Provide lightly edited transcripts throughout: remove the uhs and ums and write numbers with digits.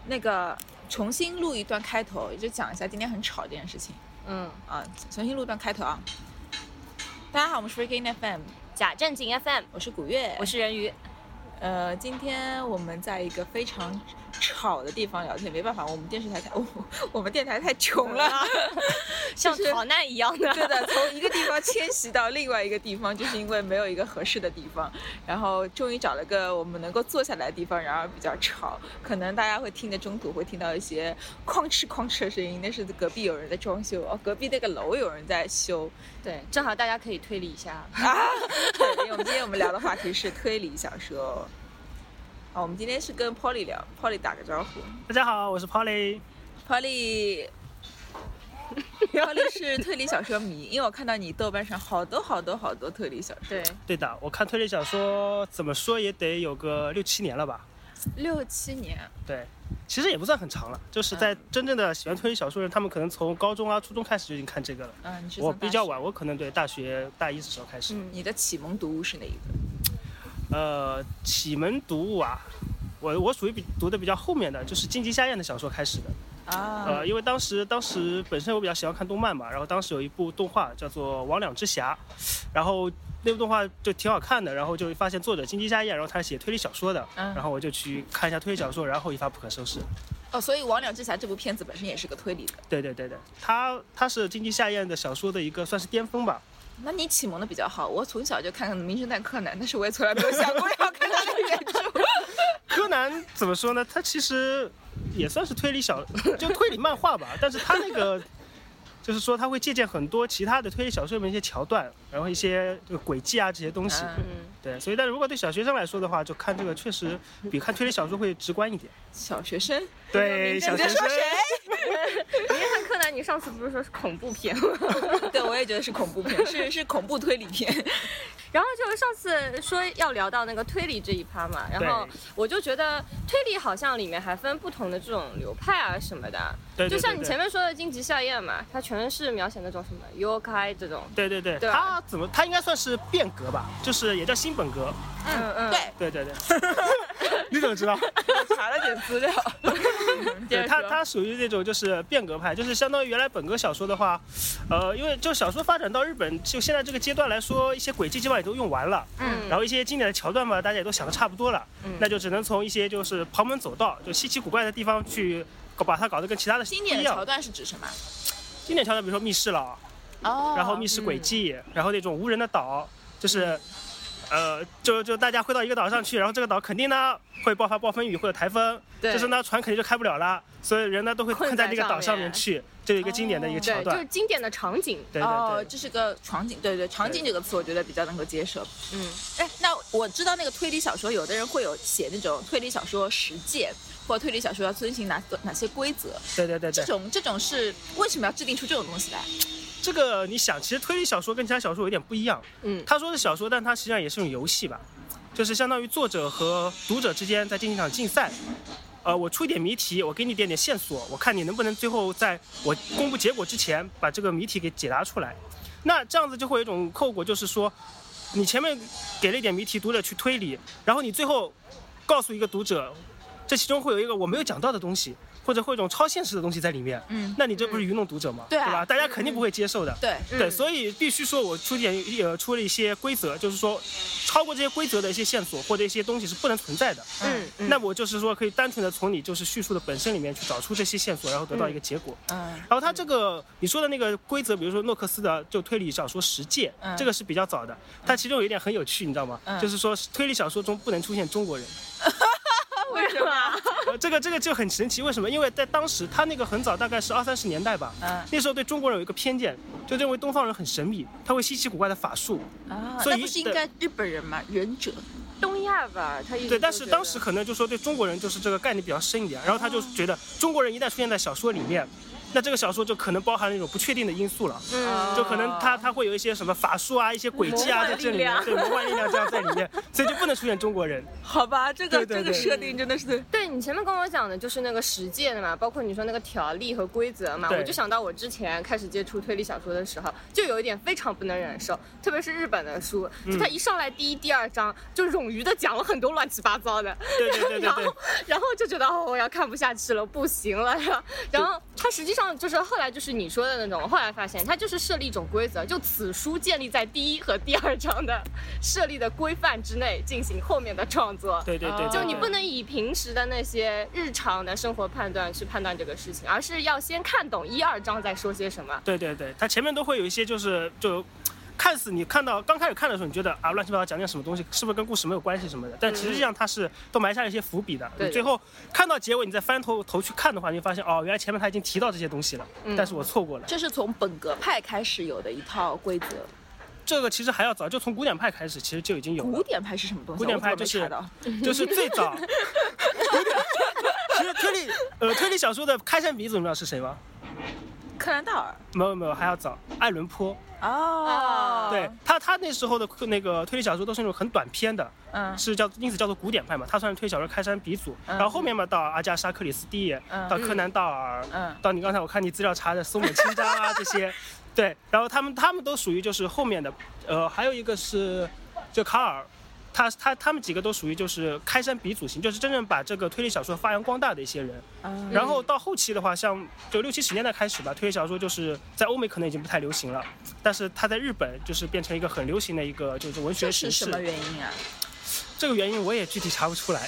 那个重新录一段开头，也就讲一下今天很吵这件事情。重新录一段开头啊！大家好，我们是 Freaking FM 假正经 FM， 我是古月， 我是人鱼。 今天我们在一个非常吵的地方聊天，没办法，我们电台太穷了， 像逃难一样的。 对的，从一个地方迁徙到另外一个地方，就是因为没有一个合适的地方，然后终于找了个我们能够坐下来的地方，然而比较吵，可能大家会听着中途会听到一些哐哧哐哧的声音，那是隔壁有人在装修隔壁那个楼有人在修。 对，正好大家可以推理一下对，今天我们聊的话题是推理小说。我们今天是跟 Polly 聊 ，Polly 打个招呼。 大家好，我是 Polly 是推理小说迷，因为我看到你豆瓣上好多推理小说。 对的，我看推理小说怎么说也得有个6-7年了吧。 6-7年。对， 其实也不算很长了，就是在真正的喜欢推理小说人，他们可能从高中初中开始就已经看这个了。 你是我比较晚，我可能对大学大一的时候开始。 你的启蒙读物是哪一个？ 启蒙读物啊，我属于读的比较后面的，就是金吉夏彦的小说开始的。因为当时本身我比较喜欢看动漫嘛，然后当时有一部动画叫做《魍魉之匣》，然后那部动画就挺好看的，然后就发现作者金吉夏彦，然后他是写推理小说的，然后我就去看一下推理小说，然后一发不可收拾。 所以《魍魉之匣》这部片子本身也是个推理的。 对，他是金吉夏彦的小说的一个算是巅峰吧。 那你启蒙的比较好，我从小就看名侦探柯南，但是我也从来没有想过要看他的原著。 柯南怎么说呢？他其实也算是推理漫画吧，但是他那个就是说他会借鉴很多其他的推理小说里面一些桥段，然后一些这个轨迹这些东西。对，所以但如果对小学生来说的话，就看这个确实比看推理小说会直观一点。 小学生？ 对，小学生。 你在说谁？ 名侦探柯南，你上次不是说是恐怖片吗？ 对，我也觉得是恐怖片，是恐怖推理片。 然后就上次说要聊到那个推理这一趴嘛，然后我就觉得推理好像里面还分不同的这种流派什么的。 对， 就像你前面说的金吉夏彦嘛，他全是描写那种什么yokai这种。 对，他应该算是变革吧，就是也叫新本格。对。你怎么知道？ 我查了点资料。 对，他属于那种就是变革派，就是相当于原来本格小说的话，因为就小说发展到日本就现在这个阶段来说，一些轨迹基本上也都用完了，然后一些经典的桥段嘛，大家也都想得差不多了，那就只能从一些就是旁门左道，就稀奇古怪的地方去把它搞得跟其他的不一样。 经典的桥段是指什么？ 经典桥段比如说密室了，然后密室轨迹，然后那种无人的岛，就是。就大家会到一个岛上去，然后这个岛肯定呢会爆发暴风雨或者台风，就是呢船肯定就开不了了，所以人呢都会困在那个岛上面去，这有一个经典的一个桥段， 就是经典的场景。 对， 这是个场景，对，场景这个词我觉得比较能够接受。那我知道那个推理小说，有的人会有写那种推理小说实践，或者推理小说要遵循哪些规则。 对， 这种是为什么要制定出这种东西来？ 这个你想，其实推理小说跟其他小说有点不一样。他说是小说，但他实际上也是种游戏吧，就是相当于作者和读者之间在进行一场竞赛。我出一点谜题，我给你点线索，我看你能不能最后在我公布结果之前把这个谜题给解答出来。那这样子就会有一种后果，就是说你前面给了一点谜题，读者去推理，然后你最后告诉一个读者，这其中会有一个我没有讲到的东西，或者会有一种超现实的东西在里面，那你这不是愚弄读者吗？对吧？大家肯定不会接受的。对，所以必须说我出了一些规则，就是说超过这些规则的一些线索或者一些东西是不能存在的。那我就是说可以单纯的从你就是叙述的本身里面去找出这些线索，然后得到一个结果。然后他这个你说的那个规则，比如说诺克斯的就推理小说十诫，这个是比较早的。它其中有一点很有趣，你知道吗？就是说推理小说中不能出现中国人。 为什么？ 这个就很神奇，为什么？因为在当时他那个很早，大概是20-30年代吧，那时候对中国人有一个偏见，就认为东方人很神秘，他会稀奇古怪的法术所以那不是应该日本人吗？忍者东亚吧，他对，但是当时可能就说对中国人就是这个概念比较深一点，然后他就觉得中国人一旦出现在小说里面， 那这个小说就可能包含了一种不确定的因素了，就可能它会有一些什么法术啊、一些诡计啊在这里面，对，魔幻力量这样在里面，所以就不能出现中国人。 好吧，这个设定真的是。 对，你前面跟我讲的就是那个实践的嘛，包括你说那个条例和规则嘛，我就想到我之前开始接触推理小说的时候，就有一点非常不能忍受，特别是日本的书，就它一上来第一、第二章就冗余的讲了很多乱七八糟的， 对， 然后就觉得我要看不下去了，不行了，然后它实际上就是后来就是你说的那种，我后来发现它就是设立一种规则，就此书建立在第一和第二章的设立的规范之内进行后面的创作。 对， 就你不能以平时的那些日常的生活判断去判断这个事情，而是要先看懂1、2章在说些什么。 对，它前面都会有一些就看似你看到刚开始看的时候，你觉得啊乱七八糟讲点什么东西，是不是跟故事没有关系什么的？但实际上它是都埋下了一些伏笔的。 对， 最后看到结尾，你再翻头去看的话，你就发现哦，原来前面他已经提到这些东西了，但是我错过了。 这是从本格派开始有的一套规则。 这个其实还要早，就从古典派开始，其实就已经有了。 古典派是什么东西？ 古典派就是最早。古典，其实推理小说的开山鼻祖，你知道是谁吗？ 柯南道尔？ 没有，还要早，爱伦坡。 哦， 对，他那时候的那个推理小说都是那种很短篇的，是因此叫做古典派嘛，他算是推理小说开山鼻祖。然后后面嘛，到阿加莎·克里斯蒂，到柯南道尔，到你刚才我看你资料查的松本清张啊这些，对，然后他们都属于就是后面的，还有一个是就卡尔。他们几个都属于就是开山鼻祖型，就是真正把这个推理小说发扬光大的一些人。然后到后期的话，像就60、70年代开始吧，推理小说就是在欧美可能已经不太流行了，但是它在日本就是变成一个很流行的一个就是文学形式。 这是什么原因啊？ 这个原因我也具体查不出来，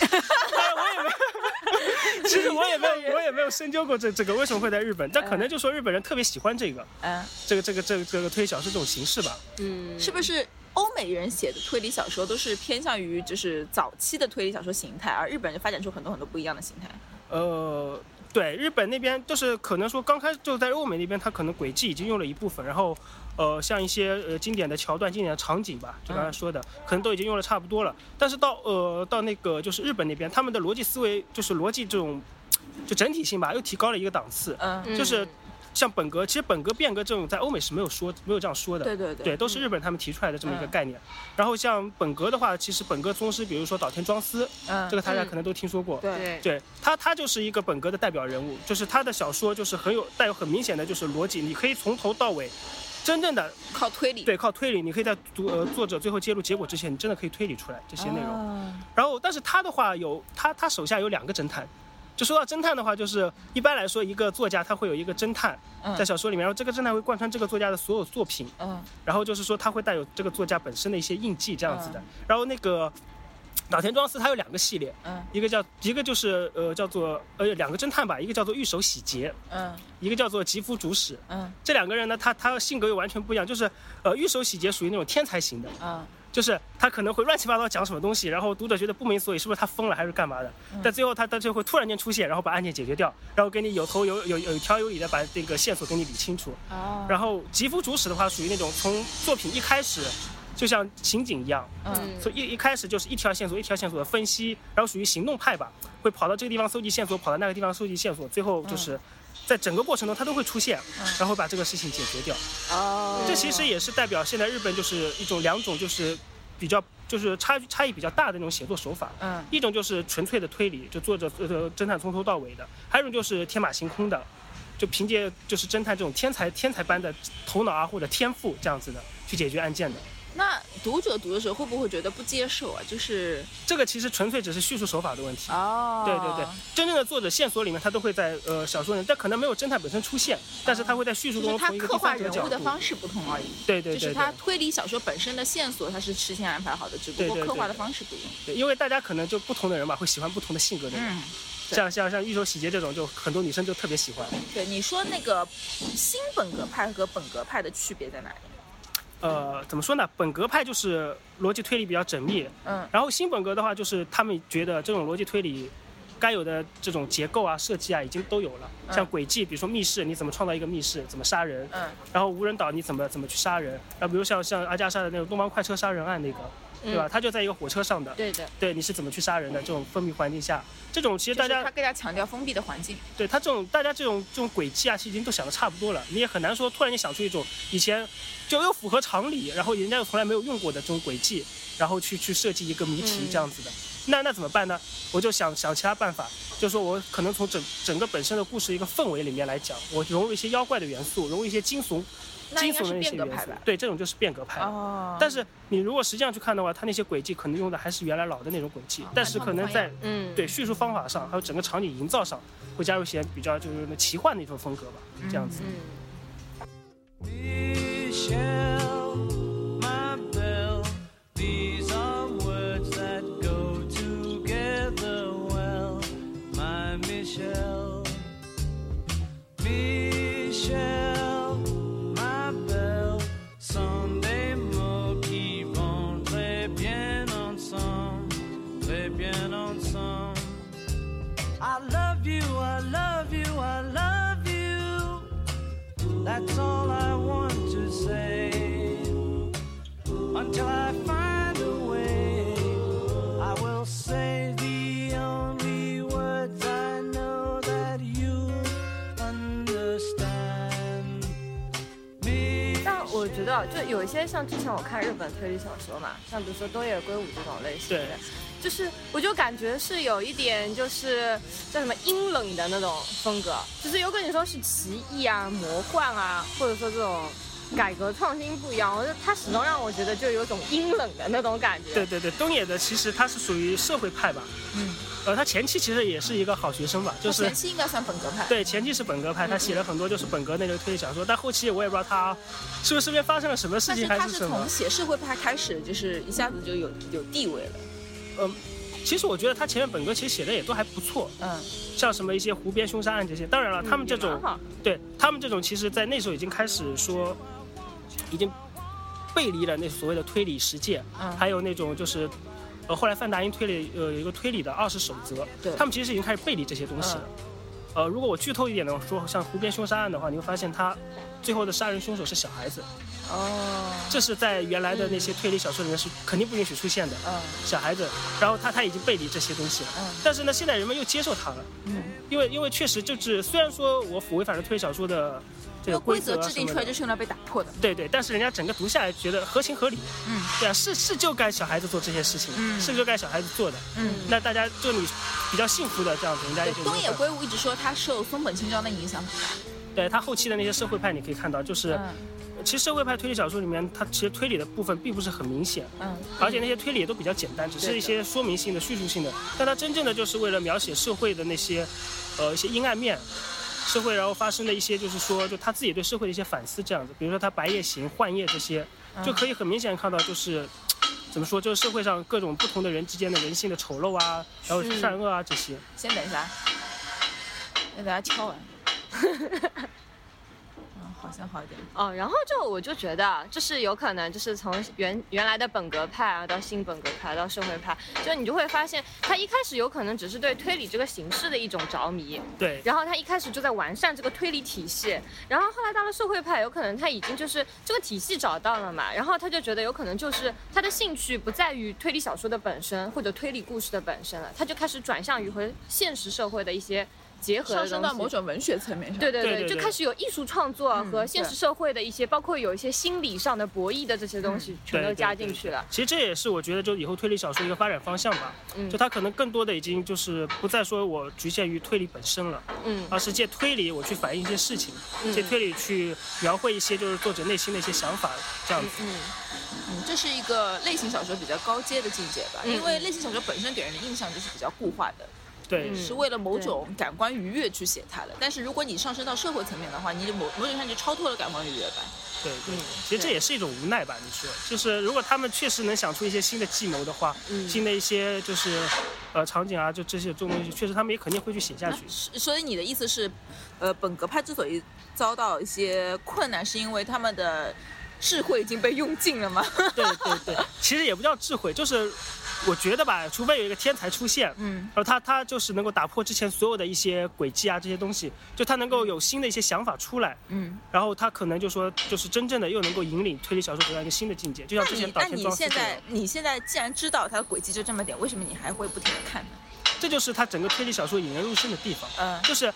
其实我也没有深究过这个为什么会在日本，但可能就说日本人特别喜欢这个，这个推理小说这种形式吧。 是不是？欧美人写的推理小说都是偏向于就是早期的推理小说形态，而日本就发展出很多很多不一样的形态。 对，日本那边就是可能说刚开始就在欧美那边，它可能轨迹已经用了一部分，然后像一些经典的桥段、经典的场景吧，就刚才说的，可能都已经用了差不多了。但是到那个就是日本那边，他们的逻辑思维就是逻辑这种就整体性吧，又提高了一个档次。就是。像本格，其实本格、变革这种在欧美是没有这样说的，对，都是日本他们提出来的这么一个概念。然后像本格的话，其实本格宗师，比如说岛田庄司，这个大家可能都听说过，对，他就是一个本格的代表人物，就是他的小说就是带有很明显的就是逻辑，你可以从头到尾，真正的靠推理， 对，靠推理，你可以在作者最后揭露结果之前，你真的可以推理出来这些内容。然后，但是他的话他手下有2个侦探。就说到侦探的话，就是一般来说，一个作家他会有一个侦探在小说里面，然后这个侦探会贯穿这个作家的所有作品，然后就是说他会带有这个作家本身的一些印记这样子的。然后那个岛田庄司他有2个系列，一个就是叫做2个侦探吧，一个叫做御手洗劫，一个叫做吉夫主使，这2个人呢，他性格又完全不一样，就是御手洗劫属于那种天才型的，就是他可能会乱七八糟讲什么东西，然后读者觉得不明所以，是不是他疯了还是干嘛的？但最后他就会突然间出现，然后把案件解决掉，然后给你有条有理的把这个线索给你理清楚。然后吉夫主使的话，属于那种从作品一开始就像刑警一样，所以一开始就是一条线索的分析，然后属于行动派吧，会跑到这个地方搜集线索，跑到那个地方收集线索，最后就是在整个过程中他都会出现，然后把这个事情解决掉。这其实也是代表现在日本就是2种就是比较就是差异比较大的那种写作手法。一种就是纯粹的推理，就作者侦探从头到尾的；还有一种就是天马行空的，就凭借就是侦探这种天才般的头脑啊或者天赋这样子的去解决案件的。 那读者读的时候会不会觉得不接受啊？就是这个其实纯粹只是叙述手法的问题。对，真正的作者线索里面他都会在小说里，但可能没有侦探本身出现，但是他会在叙述中从一个第三者角度。 他刻画人物的方式不同而已。 对， 就是他推理小说本身的线索他是事先安排好的，只不过刻画的方式不一样。 对，因为大家可能就不同的人嘛，会喜欢不同的性格的人。像御手洗劫这种，就很多女生就特别喜欢。 对，你说那个新本格派和本格派的区别在哪里？ 怎么说呢？本格派就是逻辑推理比较缜密，然后新本格的话，就是他们觉得这种逻辑推理该有的这种结构啊、设计啊，已经都有了。像轨迹，比如说密室，你怎么创造一个密室，怎么杀人，然后无人岛你怎么去杀人，然后比如像阿加莎的那种东方快车杀人案那个， 对吧？他就在一个火车上的， 对的， 对，你是怎么去杀人的？这种封闭环境下，这种其实大家他更加强调封闭的环境。 对他大家这种轨迹啊，其实已经都想的差不多了，你也很难说突然间想出一种以前就又符合常理，然后人家又从来没有用过的这种轨迹，然后去设计一个谜题这样子的。那怎么办呢？我就想其他办法，就是说我可能从整个本身的故事一个氛围里面来讲，我融入一些妖怪的元素，融入一些惊悚的一些元素，对，这种就是变革派。但是你如果实际上去看的话，它那些轨迹可能用的还是原来老的那种轨迹，但是可能在对叙述方法上，还有整个场景营造上，会加入一些比较就是奇幻的一种风格吧，这样子。 I love you, I love you, I love you. That's all I want to say. Until I find a way, I will say the only words I know that you understand me. 但我觉得就有一些像之前我看日本推理小说嘛，像比如说东野圭吾这种类型的。就是我就感觉是有一点就是叫什么阴冷的那种风格，就是有跟你说是奇异啊、魔幻啊，或者说这种改革创新不一样，它始终让我觉得就有种阴冷的那种感觉。 对，东野的其实他是属于社会派吧，他前期其实也是一个好学生吧，就是前期应该算本格派。 对，前期是本格派，他写了很多就是本格那类推理小说，但后期我也不知道他是不是身边发生了什么事情，还是什么。 他是从写社会派开始，就是一下子就有地位了。 其实我觉得他前面本格其实写的也都还不错，像什么一些湖边凶杀案这些，当然了，他们这种，对他们这种，其实在那时候已经开始说，已经背离了那所谓的推理实践，还有那种就是，后来范达因推理有一个推理的20守则，他们其实已经开始背离这些东西了。如果我剧透一点的说，像湖边凶杀案的话，你会发现他最后的杀人凶手是小孩子。这是在原来的那些推理小说里面是肯定不允许出现的。小孩子，然后他已经背离这些东西了。但是呢，现在人们又接受他了。因为确实就是虽然说我违反了推理小说的这个规则制定出来就是用来被打破的。 对，但是人家整个读下来觉得合情合理。对啊，是就该小孩子做这些事情，是就该小孩子做的。那大家就你比较幸福的这样子，人家也就。 东野圭吾一直说他受松本清张的影响很大。 对他后期的那些社会派，你可以看到就是。其实社会派推理小说里面，它其实推理的部分并不是很明显，而且那些推理也都比较简单，只是一些说明性的、叙述性的。但它真正的就是为了描写社会的那些，一些阴暗面，社会然后发生的一些，就是说，就他自己对社会的一些反思这样子。比如说他白夜行、幻夜这些，就可以很明显看到，就是怎么说，就是社会上各种不同的人之间的人性的丑陋啊，然后善恶啊这些。 先等一下，让大家敲完。好像好一点然后我就觉得就是有可能就是从原来的本格派啊到新本格派到社会派，就你就会发现他一开始有可能只是对推理这个形式的一种着迷， 对， 然后他一开始就在完善这个推理体系，然后后来到了社会派，有可能他已经就是这个体系找到了嘛，然后他就觉得有可能就是他的兴趣不在于推理小说的本身或者推理故事的本身了，他就开始转向于和现实社会的一些结合的东西， 上升到某种文学层面上。 对，就开始有艺术创作和现实社会的一些，包括有一些心理上的博弈的这些东西，全都加进去了。 其实这也是我觉得就以后推理小说一个发展方向吧。就它可能更多的已经就是不再说我局限于推理本身了，而是借推理我去反映一些事情，借推理去描绘一些就是作者内心的一些想法，这样子。 这是一个类型小说比较高阶的境界吧，因为类型小说本身给人的印象就是比较固化的。 对， 是为了某种感官愉悦去写它的。但是如果你上升到社会层面的话，你某种上就超脱了感官愉悦吧。 对，其实这也是一种无奈吧。你说，就是如果他们确实能想出一些新的计谋的话，新的一些就是场景啊，就这些东西，确实他们也肯定会去写下去。 所以你的意思是，本格派之所以遭到一些困难，是因为他们的智慧已经被用尽了吗？ 对，其实也不叫智慧，就是我觉得吧，除非有一个天才出现，然后他就是能够打破之前所有的一些轨迹啊这些东西，就他能够有新的一些想法出来，然后他可能就说就是真正的又能够引领推理小说走到一个新的境界，就像之前岛田庄司。 你现在既然知道它的轨迹就这么点，为什么你还会不停的看呢？ 这就是他整个推理小说引人入胜的地方，就是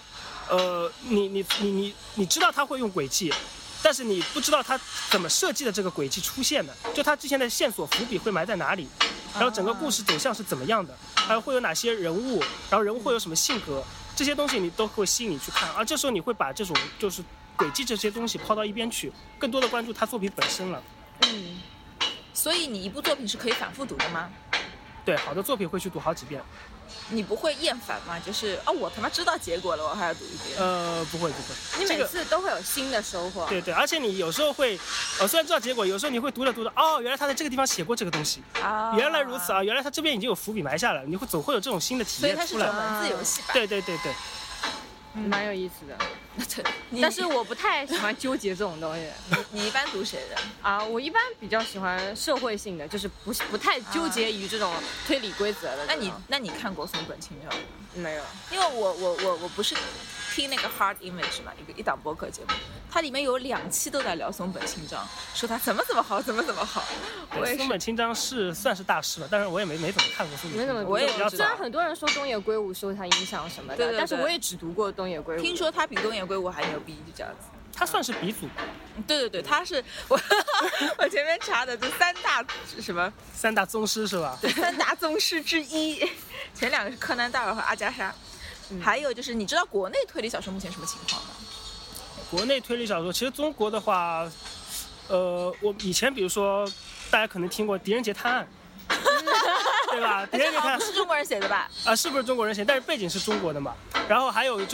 你知道他会用轨迹。但是你不知道他怎么设计的这个轨迹出现的，就他之前的线索伏笔会埋在哪里，然后整个故事走向是怎么样的，还有会有哪些人物，然后人物会有什么性格，这些东西你都会吸引你去看，而这时候你会把这种就是轨迹这些东西抛到一边去，更多的关注他作品本身了。 所以你一部作品是可以反复读的吗？ 对，好的作品会去读好几遍。 你不会厌烦吗？就是我他妈知道结果了，我还要读一遍。 不会。 你每次都会有新的收获。 对，而且你有时候会，虽然知道结果，有时候你会读着，原来他在这个地方写过这个东西，原来如此啊，原来他这边已经有伏笔埋下了，你总会有这种新的体验出来。 所以它是种文字游戏吧？ 对。 蛮有意思的。但是我不太喜欢纠结这种东西。 你一般读谁的？ 我一般比较喜欢社会性的，就是不太纠结于这种推理规则的。 那你看过松本清张吗？ 没有， 因为我不是听那个 Hard Image 嘛，一档播客节目，它里面有2期都在聊松本清张，说他怎么好，怎么好。 松本清张算是大师了，但是我也没怎么看过松本清张。 我也比较虽然很多人说东野圭吾受他影响什么的， 对， 但是我也只读过东野圭吾。 听说他比东野圭吾还牛逼，就这样子。 他算是鼻祖。 对，他是我前面查的这三大宗师是吧？ 对，3大宗师之一。前2个是柯南道尔和阿加莎。还有就是你知道国内推理小说目前什么情况吗？ 国内推理小说其实中国的话，我以前比如说大家可能听过《狄仁杰探案》对吧？狄仁杰探案不是中国人写的吧？ 是不是中国人写？但是背景是中国的嘛。然后还有就是，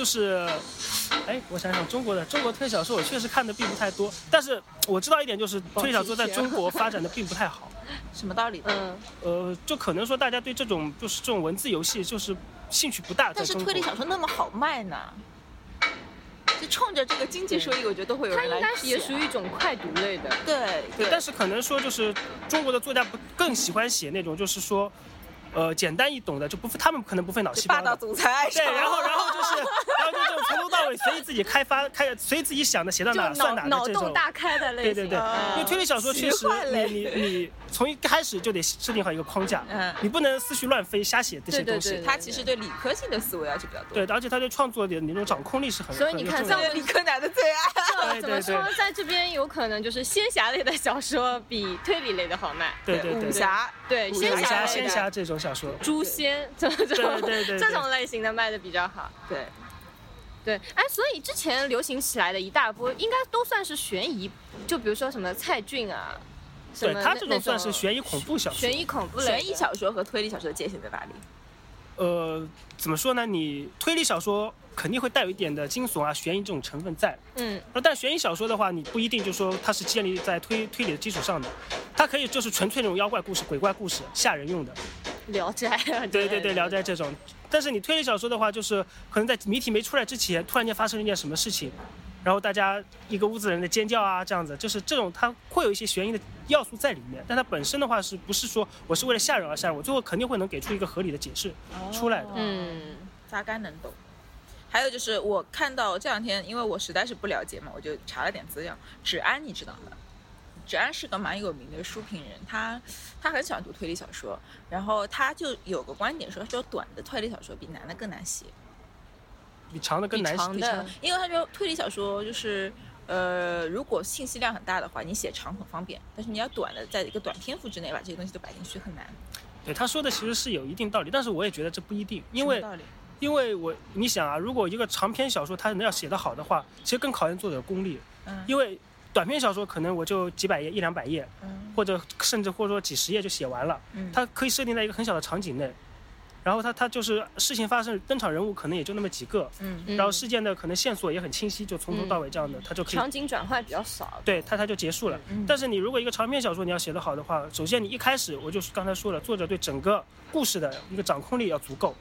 我想想，中国推理小说我确实看的并不太多，但是我知道一点就是推理小说在中国发展的并不太好。 什么道理？ 就可能说大家对这种文字游戏就是兴趣不大。 但是推理小说那么好卖呢？就冲着这个经济收益，我觉得都会有人来写。 它应该也属于一种快读类的。 对， 但是可能说就是中国的作家更喜欢写那种就是说，简单易懂的，他们可能不费脑细胞的。 霸道总裁。 对，然后就这种从头到尾随意自己随意自己想的写到哪算哪的这种。 脑洞大开的类型。 对，因为推理小说确实你从一开始就得设定好一个框架，你不能思绪乱飞瞎写这些东西。 它其实对理科性的思维要求比较多。 对，而且他对创作的那种掌控力是很。 所以你看， 像理科男的最爱。 怎么说，在这边有可能就是仙侠类的小说比推理类的好卖。 对， 武侠。 对， 仙侠这种小说。 诛仙这种类型的卖的比较好。对，所以之前流行起来的一大波，应该都算是悬疑，就比如说什么蔡骏啊， 对他这种算是悬疑恐怖小说。 悬疑恐怖类。 悬疑小说和推理小说的界限在哪里？ 怎么说呢？你推理小说肯定会带有一点的惊悚啊、悬疑这种成分在。但悬疑小说的话，你不一定就说它是建立在推理的基础上的，它可以就是纯粹那种妖怪故事、鬼怪故事、吓人用的。 聊斋啊。 对，聊斋这种。但是你推理小说的话，就是可能在谜题没出来之前，突然间发生了一件什么事情，然后大家一个屋子人的尖叫啊，这样子，就是这种它会有一些悬疑的要素在里面，但它本身的话是不是说我是为了吓人而吓人，我最后肯定会能给出一个合理的解释出来的。 大概能懂。还有就是我看到这2天，因为我实在是不了解嘛，我就查了点资料。芷安你知道吗？芷安是个蛮有名的书评人，他很喜欢读推理小说，然后他就有个观点说短的推理小说比难的更难写， 比长的更难写。 因为他说推理小说就是如果信息量很大的话，你写长很方便，但是你要短的，在一个短篇幅之内把这些东西都摆进去很难。 对，他说的其实是有一定道理，但是我也觉得这不一定，因为你想啊，如果一个长篇小说它要写得好的话，其实更考验作者的功力。因为短篇小说可能我就几百页、100-200页，或者说几十页就写完了。它可以设定在一个很小的场景内，然后它就是事情发生，登场人物可能也就那么几个，然后事件的可能线索也很清晰，就从头到尾这样的，它就可以场景转换比较少。 对，它就结束了。但是你如果一个长篇小说你要写得好的话，首先你一开始我就是刚才说了，作者对整个故事的一个掌控力要足够。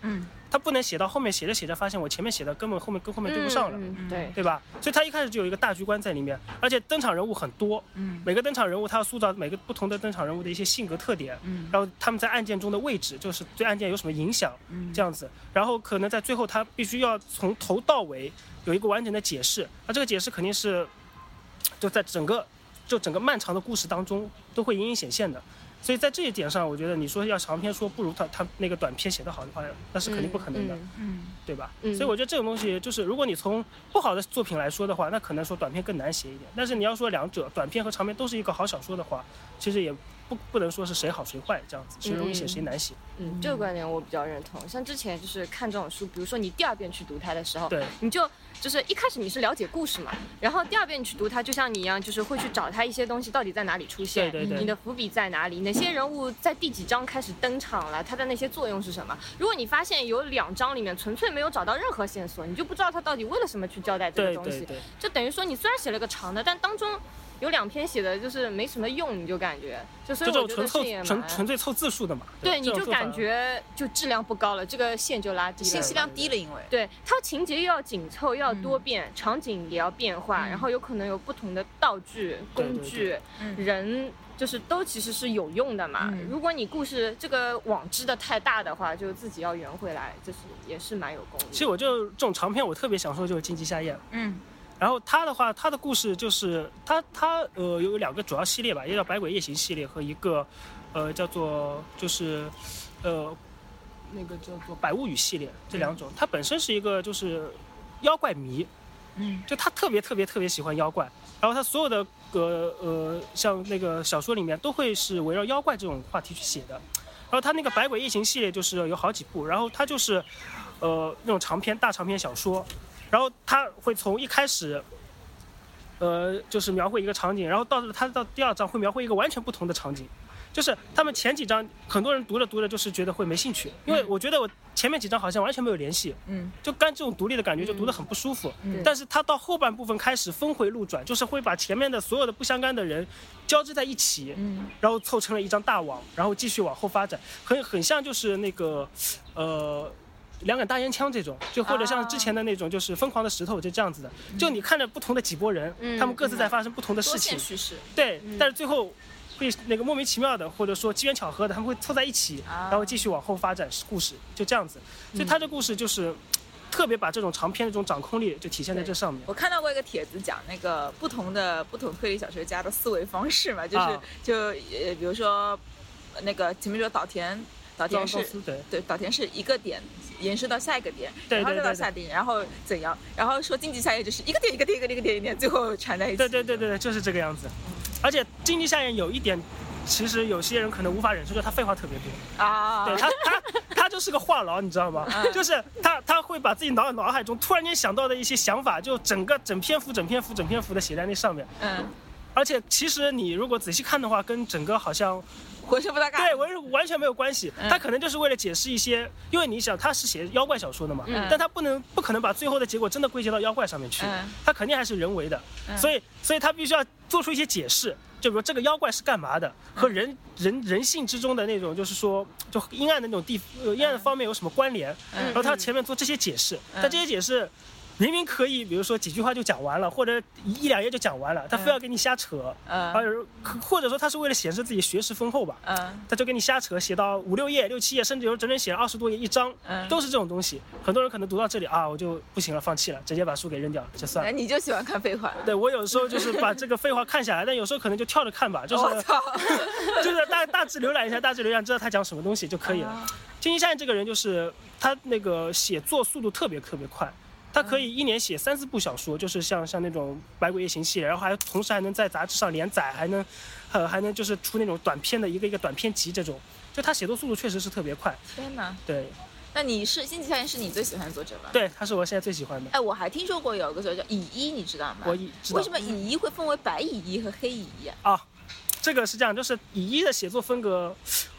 他不能写到后面写着写着发现我前面写的根本跟后面对不上了，对吧？所以他一开始就有一个大局观在里面，而且登场人物很多，每个登场人物他要塑造每个不同的登场人物的一些性格特点，然后他们在案件中的位置，就是对案件有什么影响，这样子，然后可能在最后他必须要从头到尾有一个完整的解释，而这个解释肯定是就在整个漫长的故事当中都会隐隐显现的。所以在这一点上，我觉得你说要长篇说不如他那个短篇写得好的话，那是肯定不可能的，对吧？所以我觉得这种东西就是，如果你从不好的作品来说的话，那可能说短篇更难写一点。但是你要说两者，短篇和长篇都是一个好小说的话，其实也不能说是谁好谁坏这样子，谁容易写谁难写。 这个观点我比较认同。像之前就是看这种书，比如说你第二遍去读它的时候， 对， 你就是一开始你是了解故事嘛，然后第二遍你去读它，就像你一样，就是会去找它一些东西到底在哪里出现， 对， 你的伏笔在哪里，哪些人物在第几章开始登场了，它的那些作用是什么。如果你发现有2章里面纯粹没有找到任何线索，你就不知道它到底为了什么去交代这个东西，就等于说你虽然写了个长的，但当中有2篇写的就是没什么用，你就感觉所以我觉得这也纯粹凑字数的嘛。 对，你就感觉就质量不高了，这个线就拉低了， 信息量低了，因为对它情节又要紧凑，又要多变，场景也要变化，然后有可能有不同的道具、工具、人，就是都其实是有用的嘛。如果你故事这个网织的太大的话，就自己要圆回来，就是也是蛮有功力。 其实我就这种长篇，我特别享受就是《荆棘夏宴》。然后他的话，他的故事就是他有2个主要系列吧，一个叫《百鬼夜行》系列和一个叫做就是那个叫做《百物语》系列，这2种。他本身是一个就是妖怪迷，就他特别喜欢妖怪，然后他所有的像那个小说里面都会是围绕妖怪这种话题去写的。然后他那个《百鬼夜行》系列就是有好几部，然后他就是那种大长篇小说。然后他会从一开始，就是描绘一个场景，然后到第2章会描绘一个完全不同的场景，就是他们前几章很多人读着就是觉得会没兴趣，因为我觉得我前面几章好像完全没有联系，就干这种独立的感觉就读得很不舒服，但是他到后半部分开始峰回路转，就是会把前面的所有的不相干的人交织在一起，然后凑成了一张大网，然后继续往后发展，很像就是那个两杆大烟枪这种，就或者像之前的那种就是疯狂的石头，就这样子的，就你看着不同的几拨人，他们各自在发生不同的事情， 多线叙事， 对，但是最后会那个莫名其妙的或者说机缘巧合的，他们会凑在一起，然后继续往后发展故事，就这样子。所以他这故事就是特别把这种长篇的这种掌控力就体现在这上面。 我看到过一个帖子讲那个不同推理小说家的思维方式嘛，就是比如说那个前面说岛田是对岛田是一个点延伸到下一个点，然后再到下点，然后怎样？然后说经济夏夜就是一个点，最后缠在一起。 对，就是这个样子。而且经济夏夜有一点，其实有些人可能无法忍受，就是他废话特别多啊。对他就是个话痨，你知道吗？就是他会把自己脑海中突然间想到的一些想法，就整篇幅的写在那上面。而且其实你如果仔细看的话，跟整个好像浑身不搭嘎， 对，完全没有关系。他可能就是为了解释一些，因为你想他是写妖怪小说的嘛，但他不可能把最后的结果真的归结到妖怪上面去，他肯定还是人为的，所以他必须要做出一些解释，就比如这个妖怪是干嘛的，和人性之中的那种就是说就阴暗的那种阴暗的方面有什么关联，然后他前面做这些解释，但这些解释明明可以，比如说几句话就讲完了，或者1、2页就讲完了，他非要给你瞎扯，或者说他是为了显示自己学识丰厚吧，他就给你瞎扯，写到5、6页、6、7页，甚至有整整写了20多页一章，都是这种东西。很多人可能读到这里啊，我就不行了，放弃了，直接把书给扔掉了，就算了。 你就喜欢看废话？ 对，我有时候就是把这个废话看下来，但有时候可能就跳着看吧，就是就是大致浏览一下，知道他讲什么东西就可以了。金金山这个人就是他那个写作速度特别快。他可以1年写3、4部小说，就是像那种《百鬼夜行》系列，然后同时还能在杂志上连载，还能就是出那种短篇的一个短篇集这种，就他写作速度确实是特别快。 天哪！ 对。 那你是《经济夏夜》是你最喜欢的作者吗？ 对，他是我现在最喜欢的。 哎，我还听说过有个作者叫乙一，你知道吗？ 我知道。 为什么乙一会分为白乙一和黑乙一啊？这个是这样，就是乙一的写作风格，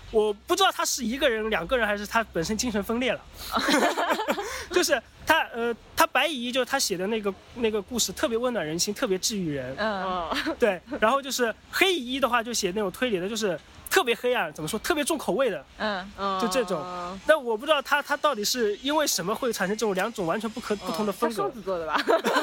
我不知道他是一个人、两个人，还是他本身精神分裂了。就是他白蚁就是他写的那个故事特别温暖人心，特别治愈人。对。然后就是黑蚁的话就写那种推理的，就是特别黑暗，怎么说，特别重口味的。就这种。那我不知道他到底是因为什么会产生这种两种完全不同的风格。 双子座的吧？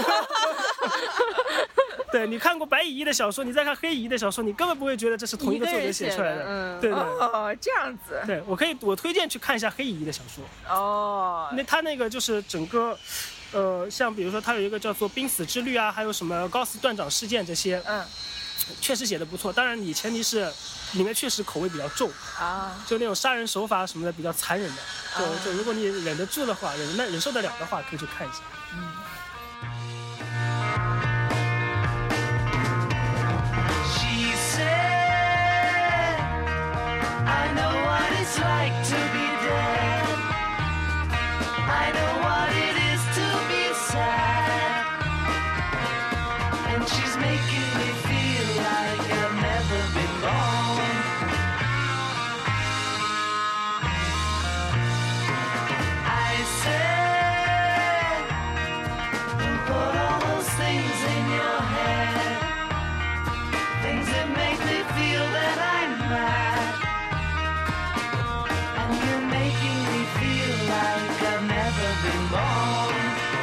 对，你看过白蚁的小说，你再看黑蚁的小说，你根本不会觉得这是同一个作者写出来的。对。 这样子。 对，我推荐去看一下黑蚁的小说。那他那个就是整个，像比如说他有一个叫做《濒死之律》啊，还有什么高斯断掌事件这些，确实写的不错。当然，你前提是里面确实口味比较重就那种杀人手法什么的比较残忍的。就如果你忍得住的话，忍受得了的话，可以去看一下。 It's like to be dead. I know what it is to be sad. And she's making me feel like I've never been born. I said, who put all those things in your head? Things that make me feel that I'm mad.You're making me feel like I've never been born.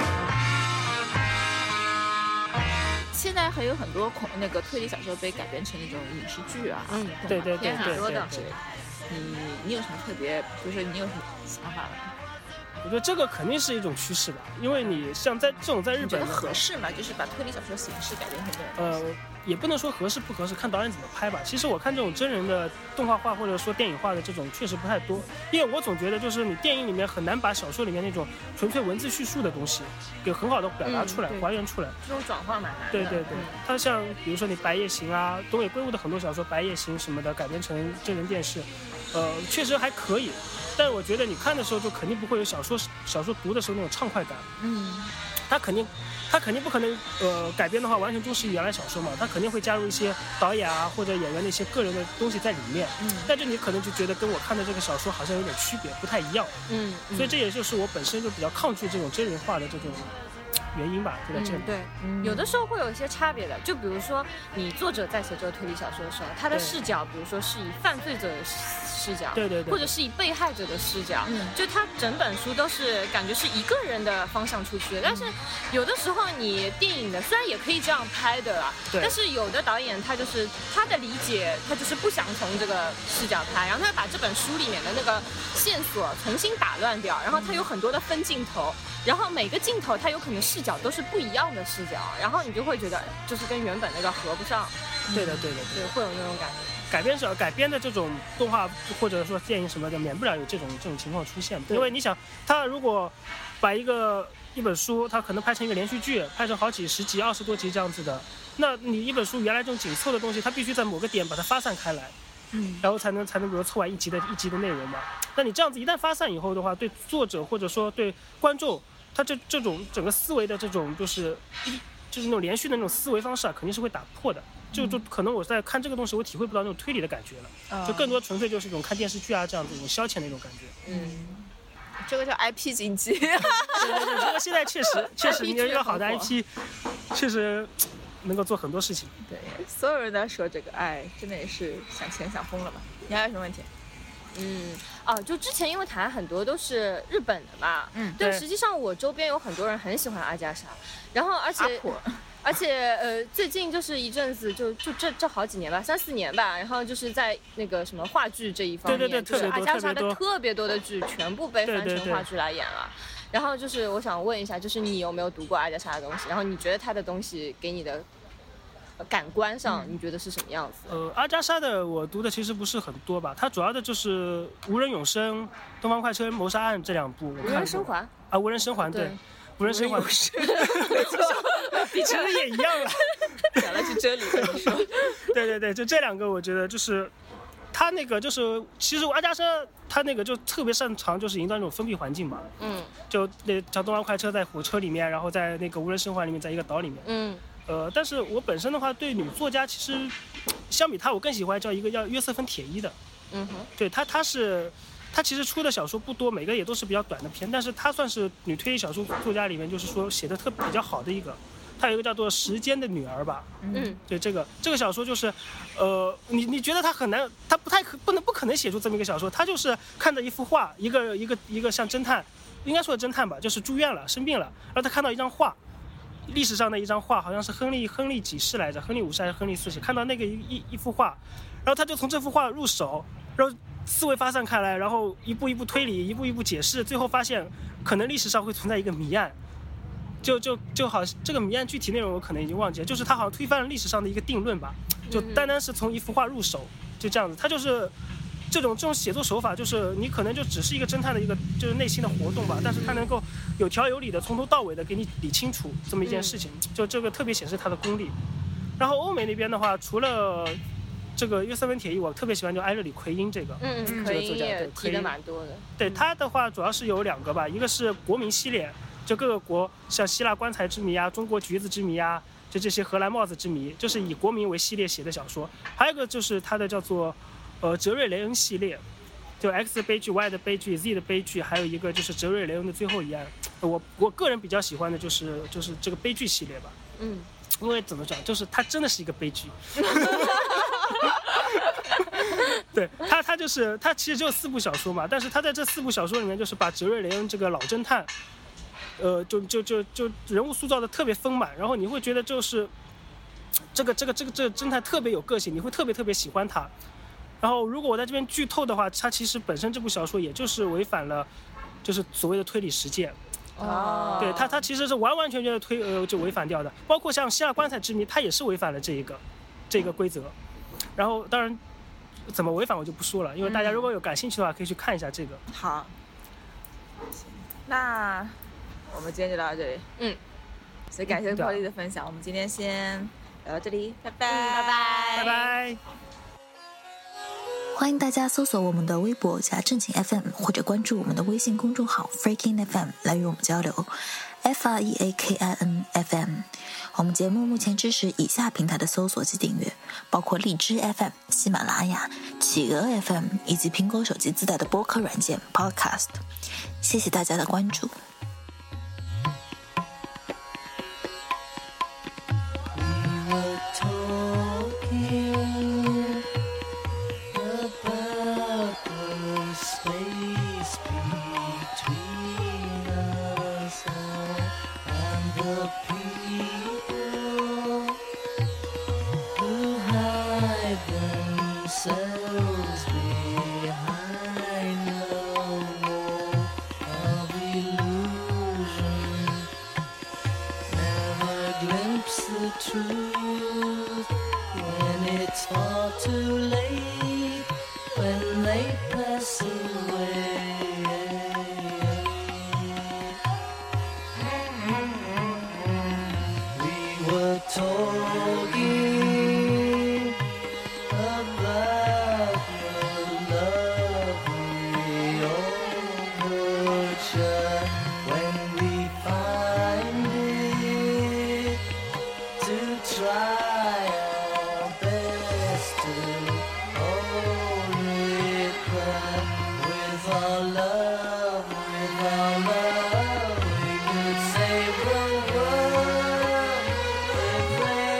现在还有很多那个推理小说被改编成那种影视剧啊， 对， 很多的。你有什么特别，比如说你有什么想法吗？ 我觉得这个肯定是一种趋势吧，因为你像在日本合适嘛，就是把推理小说形式改编成这种。 也不能说合适不合适，看导演怎么拍吧。其实我看这种真人的动画化或者说电影化的这种确实不太多，因为我总觉得就是你电影里面很难把小说里面那种纯粹文字叙述的东西给很好的表达出来，还原出来。 这种转化蛮难的。 对。它像比如说你《白夜行》啊，东野圭吾的很多小说《白夜行》什么的改编成真人电视，确实还可以。但是我觉得你看的时候就肯定不会有小说读的时候那种畅快感。他肯定不可能改编的话完全忠实于原来小说嘛，他肯定会加入一些导演啊或者演员的一些个人的东西在里面。但是你可能就觉得跟我看的这个小说好像有点区别，不太一样。所以这也就是我本身就比较抗拒这种真人化的这种原因吧，就在这里。 对，有的时候会有一些差别的，就比如说你作者在写这个推理小说的时候，他的视角，比如说是以犯罪者的视角， 对， 或者是以被害者的视角，就他整本书都是感觉是一个人的方向出去的。但是有的时候你电影的虽然也可以这样拍的啊，但是有的导演他就是他的理解，他就是不想从这个视角拍，然后他把这本书里面的那个线索重新打乱掉，然后他有很多的分镜头。然后每个镜头它有可能视角都是不一样的视角，然后你就会觉得就是跟原本那个合不上。 对， 会有那种感觉。 改编的这种动画或者说电影什么的，免不了有这种情况出现。因为你想，他如果把一本书，他可能拍成一个连续剧，拍成好几十集、20多集这样子的，那你一本书原来这种紧凑的东西，它必须在某个点把它发散开来。然后才能比如凑完一集的内容嘛。那你这样子一旦发散以后的话，对作者或者说对观众，他这种整个思维的这种就是那种连续的那种思维方式啊，肯定是会打破的。就可能我在看这个东西，我体会不到那种推理的感觉了，就更多纯粹就是一种看电视剧啊这样子一种消遣的一种感觉。 这个叫 IP 经济。 对，这个现在确实你有一个好的 IP， 确实能够做很多事情。 对，所有人都在说这个，真的也是想钱想疯了吧？你还有什么问题？ 就之前因为谈很多都是日本的嘛，对，实际上我周边有很多人很喜欢阿加莎，然后而且最近就是一阵子就这好几年吧，3、4年吧，然后就是在那个什么话剧这一方面， 对， 就是阿加莎的特别多的剧全部被翻成话剧来演了。然后就是我想问一下，就是你有没有读过阿加莎的东西？然后你觉得她的东西给你的感官上你觉得是什么样子？ 阿加莎的我读的其实不是很多吧，它主要的就是《无人永生》《东方快车谋杀案》这2部。 无人生还啊，无人生还，对，无人生还， 没错， 其实也一样了。 讲的是真理，跟你说。 对，就这2个，我觉得就是他那个就是其实阿加莎他那个就特别擅长就是营造那种封闭环境嘛，就那像东方快车在火车里面，然后在那个无人生还里面在一个岛里面，但是我本身的话对女作家其实相比他我更喜欢叫一个叫约瑟芬铁伊的， 对他其实出的小说不多，每个也都是比较短的篇，但是他算是女推理小说作家里面就是说写的比较好的一个。他有一个叫做《时间的女儿》吧，对这个小说就是，你觉得他很难，他不可能写出这么一个小说，他就是看着一幅画，一个像侦探，应该说侦探吧，就是住院了，生病了，然后他看到一张画，历史上的一张画，好像是亨利几世来着，亨利5世还是亨利4世，看到那个一幅画，然后他就从这幅画入手，然后思维发散开来，然后一步一步推理，一步一步解释，最后发现可能历史上会存在一个谜案。就好，这个谜案具体内容我可能已经忘记了，就是他好像推翻了历史上的一个定论吧，就单单是从一幅画入手，就这样子。他就是这种写作手法，就是你可能就只是一个侦探的一个就是内心的活动吧，但是他能够有条有理的从头到尾的给你理清楚这么一件事情，就这个特别显示他的功力。然后欧美那边的话，除了这个约瑟芬铁翼，我特别喜欢就埃勒里奎因这个奎因也提的蛮多的。 对他的话，主要是有2个吧，一个是国民系列。就各个国像希腊棺材之谜啊，中国橘子之谜啊，就这些荷兰帽子之谜，就是以国民为系列写的小说。还有一个就是他的叫做哲瑞雷恩系列，就 X 的悲剧、Y 的悲剧、Z 的悲剧，还有一个就是哲瑞雷恩的最后一案。我个人比较喜欢的就是这个悲剧系列吧。因为怎么讲，就是它真的是一个悲剧。对他就是他其实只有4部小说嘛，但是他在这4部小说里面就是把哲瑞雷恩这个老侦探。就人物塑造的特别丰满，然后你会觉得就是这个侦探特别有个性，你会特别喜欢他。然后如果我在这边剧透的话，他其实本身这部小说也就是违反了就是所谓的推理实践。对他其实是完全的就违反掉的，包括像希腊棺材之谜，他也是违反了这个规则。然后当然怎么违反我就不说了，因为大家如果有感兴趣的话，可以去看一下这个。 好，那我们今天就聊到这里。所以感谢Polly的分享，我们今天先聊到这里，拜拜， 拜拜。 欢迎大家搜索我们的微博加正经 FM， 或者关注我们的微信公众号 Freaking FM 来与我们交流。FREAKIN FM。我们节目目前支持以下平台的搜索及订阅，包括荔枝 FM、喜马拉雅、企鹅 FM 以及苹果手机自带的播客软件 Podcast。谢谢大家的关注。 With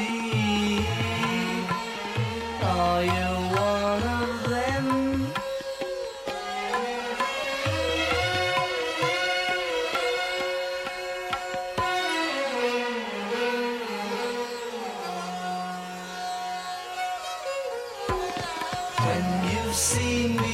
see. Are you one of them? When you see me